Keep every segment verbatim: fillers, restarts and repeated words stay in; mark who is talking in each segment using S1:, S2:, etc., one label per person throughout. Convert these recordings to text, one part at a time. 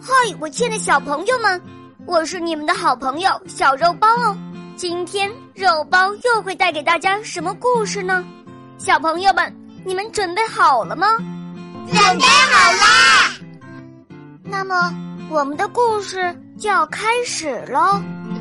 S1: 嗨，我亲爱的小朋友们，我是你们的好朋友小肉包哦。今天肉包又会带给大家什么故事呢？小朋友们，你们准备好了吗？
S2: 准备好啦！
S1: 那么我们的故事就要开始喽。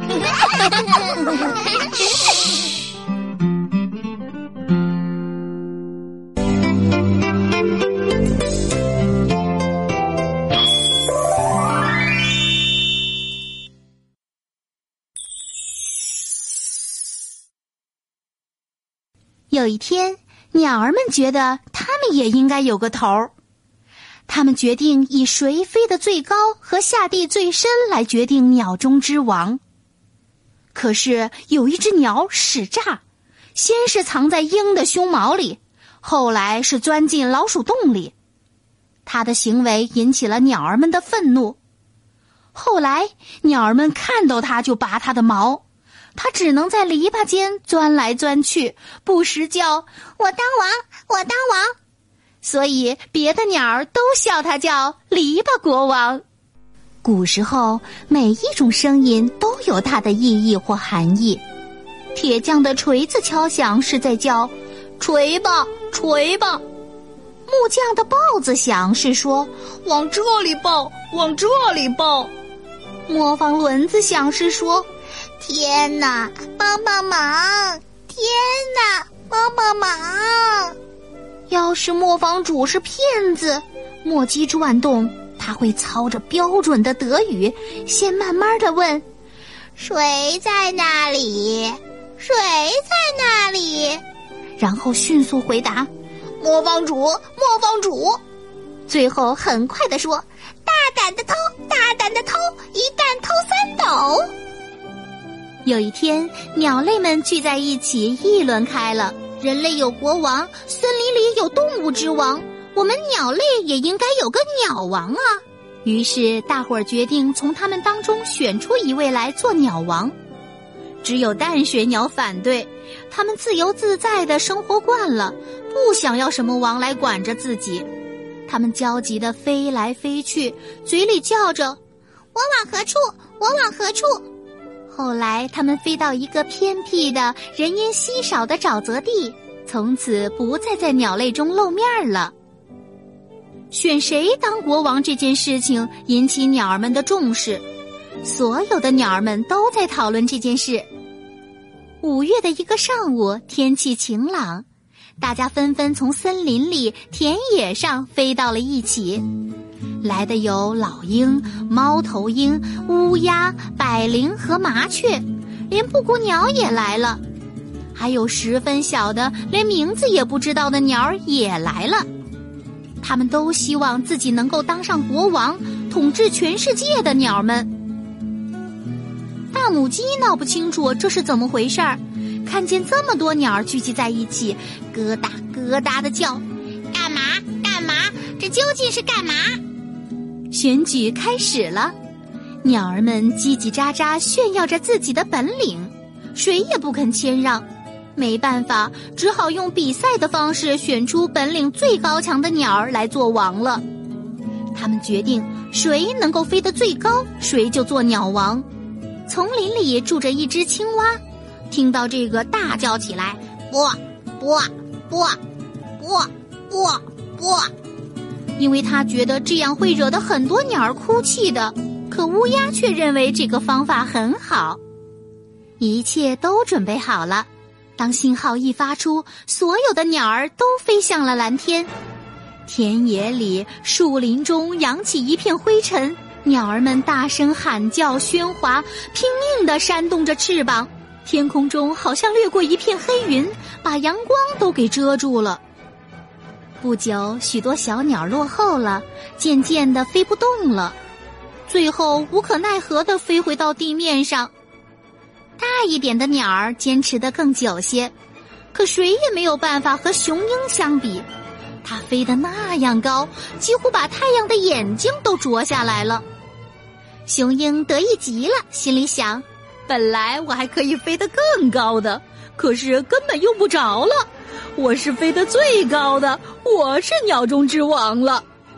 S3: 有一天，鸟儿们觉得它们也应该有个头儿。他们决定以谁飞得最高和下地最深来决定鸟中之王。可是有一只鸟使诈，先是藏在鹰的胸毛里，后来是钻进老鼠洞里。它的行为引起了鸟儿们的愤怒。后来鸟儿们看到它就拔它的毛，它只能在篱笆间钻来钻去，不时叫我当王，我当王。所以别的鸟儿都笑它叫篱笆国王。古时候每一种声音都有它的意义或含义。铁匠的锤子敲响是在叫锤吧锤吧，木匠的刨子响是说往这里刨，往这里刨。磨坊轮子响是说天哪，帮帮忙！天哪，帮帮忙！要是磨坊主是骗子，磨机转动，他会操着标准的德语，先慢慢地问：谁在那里？谁在那里？然后迅速回答：磨坊主，磨坊主。最后很快地说：大胆的偷，大胆的偷，一担偷三斗。有一天，鸟类们聚在一起议论开了。人类有国王，森林里有动物之王，我们鸟类也应该有个鸟王啊。于是大伙儿决定从他们当中选出一位来做鸟王。只有淡水鸟反对，他们自由自在地生活惯了，不想要什么王来管着自己。他们焦急地飞来飞去，嘴里叫着我往何处，我往何处。后来他们飞到一个偏僻的人烟稀少的沼泽地，从此不再在鸟类中露面了。选谁当国王这件事情引起鸟儿们的重视，所有的鸟儿们都在讨论这件事。五月的一个上午，天气晴朗，大家纷纷从森林里、田野上飞到了一起。来的有老鹰、猫头鹰、乌鸦、百灵和麻雀，连布谷鸟也来了。还有十分小的，连名字也不知道的鸟儿也来了。他们都希望自己能够当上国王，统治全世界的鸟们。大母鸡闹不清楚这是怎么回事儿，看见这么多鸟儿聚集在一起，咯哒咯哒的叫，干嘛干嘛，这究竟是干嘛？选举开始了，鸟儿们叽叽喳喳炫耀着自己的本领，谁也不肯谦让。没办法，只好用比赛的方式选出本领最高强的鸟儿来做王了。他们决定谁能够飞得最高，谁就做鸟王。丛林里住着一只青蛙，听到这个大叫起来，啵啵啵啵啵啵，因为他觉得这样会惹得很多鸟儿哭泣的。可乌鸦却认为这个方法很好。一切都准备好了，当信号一发出，所有的鸟儿都飞向了蓝天。田野里、树林中扬起一片灰尘，鸟儿们大声喊叫喧哗，拼命地扇动着翅膀。天空中好像掠过一片黑云，把阳光都给遮住了。不久，许多小鸟落后了，渐渐地飞不动了，最后无可奈何地飞回到地面上。大一点的鸟儿坚持得更久些，可谁也没有办法和雄鹰相比。它飞得那样高，几乎把太阳的眼睛都啄下来了。雄鹰得意极了，心里想，本来我还可以飞得更高的，可是根本用不着了。我是飞得最高的，我是鸟中之王了。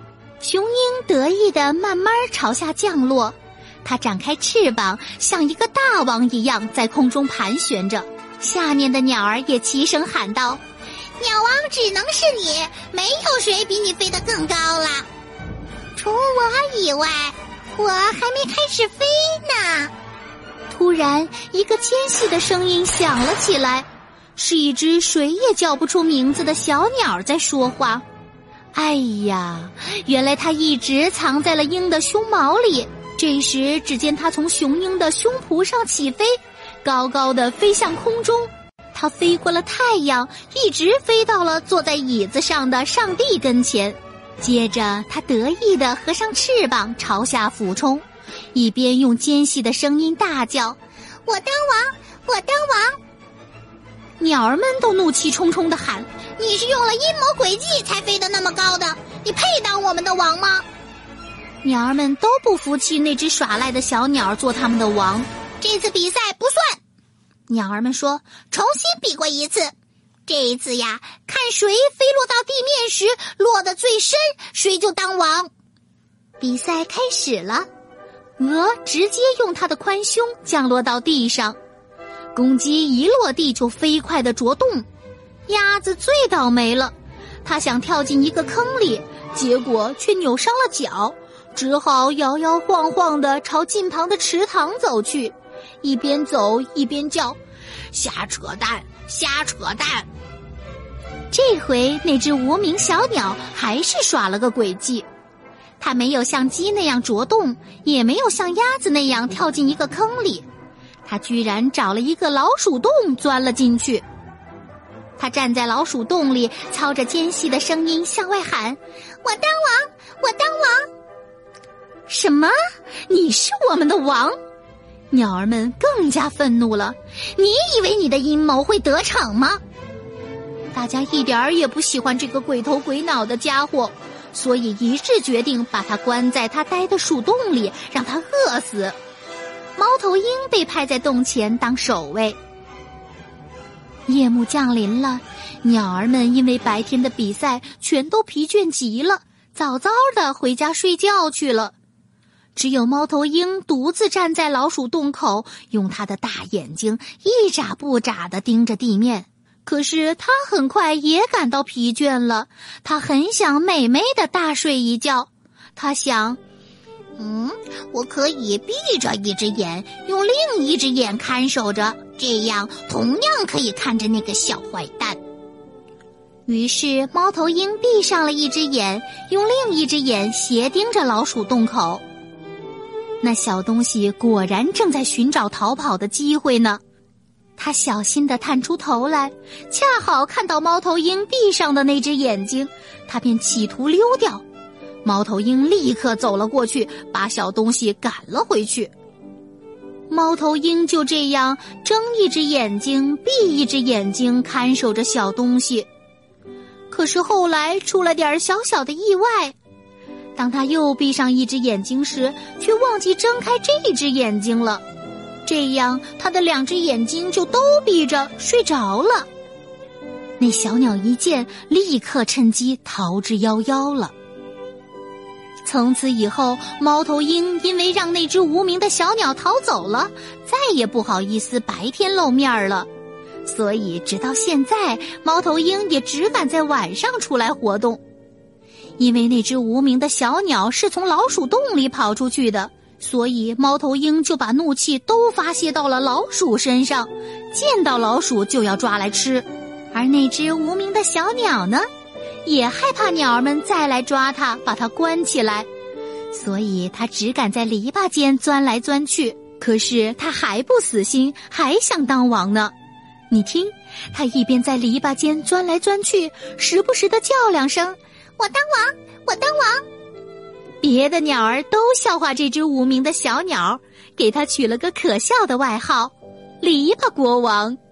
S3: 雄鹰得意地慢慢朝下降落，它展开翅膀，像一个大王一样在空中盘旋着。下面的鸟儿也齐声喊道：
S2: 鸟王只能是你，没有谁比你飞得更高了。除我以外，我还没开始飞呢。
S3: 突然，一个尖细的声音响了起来，是一只谁也叫不出名字的小鸟在说话。哎呀，原来它一直藏在了鹰的胸毛里。这时，只见它从雄鹰的胸脯上起飞，高高的飞向空中。它飞过了太阳，一直飞到了坐在椅子上的上帝跟前。接着，它得意地合上翅膀，朝下俯冲，一边用尖细的声音大叫：
S2: 我当王，我当王！
S3: 鸟儿们都怒气冲冲地喊：
S2: 你是用了阴谋诡计才飞得那么高的，你配当我们的王吗？
S3: 鸟儿们都不服气那只耍赖的小鸟做他们的王。
S2: 这次比赛不算，
S3: 鸟儿们说，
S2: 重新比过一次。这一次呀，看谁飞落到地面时落得最深，谁就当王。
S3: 比赛开始了，鹅直接用它的宽胸降落到地上，公鸡一落地就飞快地啄洞。鸭子最倒霉了，它想跳进一个坑里，结果却扭伤了脚，只好摇摇晃晃地朝近旁的池塘走去，一边走一边叫：瞎扯淡，瞎扯淡！这回那只无名小鸟还是耍了个诡计，它没有像鸡那样啄洞，也没有像鸭子那样跳进一个坑里，它居然找了一个老鼠洞钻了进去。它站在老鼠洞里，操着尖细的声音向外喊：
S2: 我当王，我当王！
S3: 什么？你是我们的王？鸟儿们更加愤怒了。你以为你的阴谋会得逞吗？大家一点儿也不喜欢这个鬼头鬼脑的家伙，所以一致决定把他关在他待的鼠洞里，让他饿死。猫头鹰被派在洞前当守卫。夜幕降临了，鸟儿们因为白天的比赛全都疲倦极了，早早的回家睡觉去了。只有猫头鹰独自站在老鼠洞口，用它的大眼睛一眨不眨地盯着地面。可是它很快也感到疲倦了，它很想美美的大睡一觉。它想，
S2: 嗯，我可以闭着一只眼，用另一只眼看守着，这样同样可以看着那个小坏蛋。
S3: 于是猫头鹰闭上了一只眼，用另一只眼斜盯着老鼠洞口。那小东西果然正在寻找逃跑的机会呢。它小心地探出头来，恰好看到猫头鹰闭上的那只眼睛，它便企图溜掉。猫头鹰立刻走了过去，把小东西赶了回去。猫头鹰就这样睁一只眼睛闭一只眼睛看守着小东西。可是后来出了点小小的意外，当他又闭上一只眼睛时，却忘记睁开这只眼睛了，这样他的两只眼睛就都闭着睡着了。那小鸟一见，立刻趁机逃之夭夭了。从此以后，猫头鹰因为让那只无名的小鸟逃走了，再也不好意思白天露面了。所以直到现在，猫头鹰也只敢在晚上出来活动。因为那只无名的小鸟是从老鼠洞里跑出去的，所以猫头鹰就把怒气都发泄到了老鼠身上，见到老鼠就要抓来吃。而那只无名的小鸟呢，也害怕鸟儿们再来抓它，把它关起来，所以它只敢在篱笆间钻来钻去。可是它还不死心，还想当王呢。你听，它一边在篱笆间钻来钻去，时不时地叫两声：
S2: 我当王，我当王。
S3: 别的鸟儿都笑话这只无名的小鸟，给它取了个可笑的外号——篱笆国王。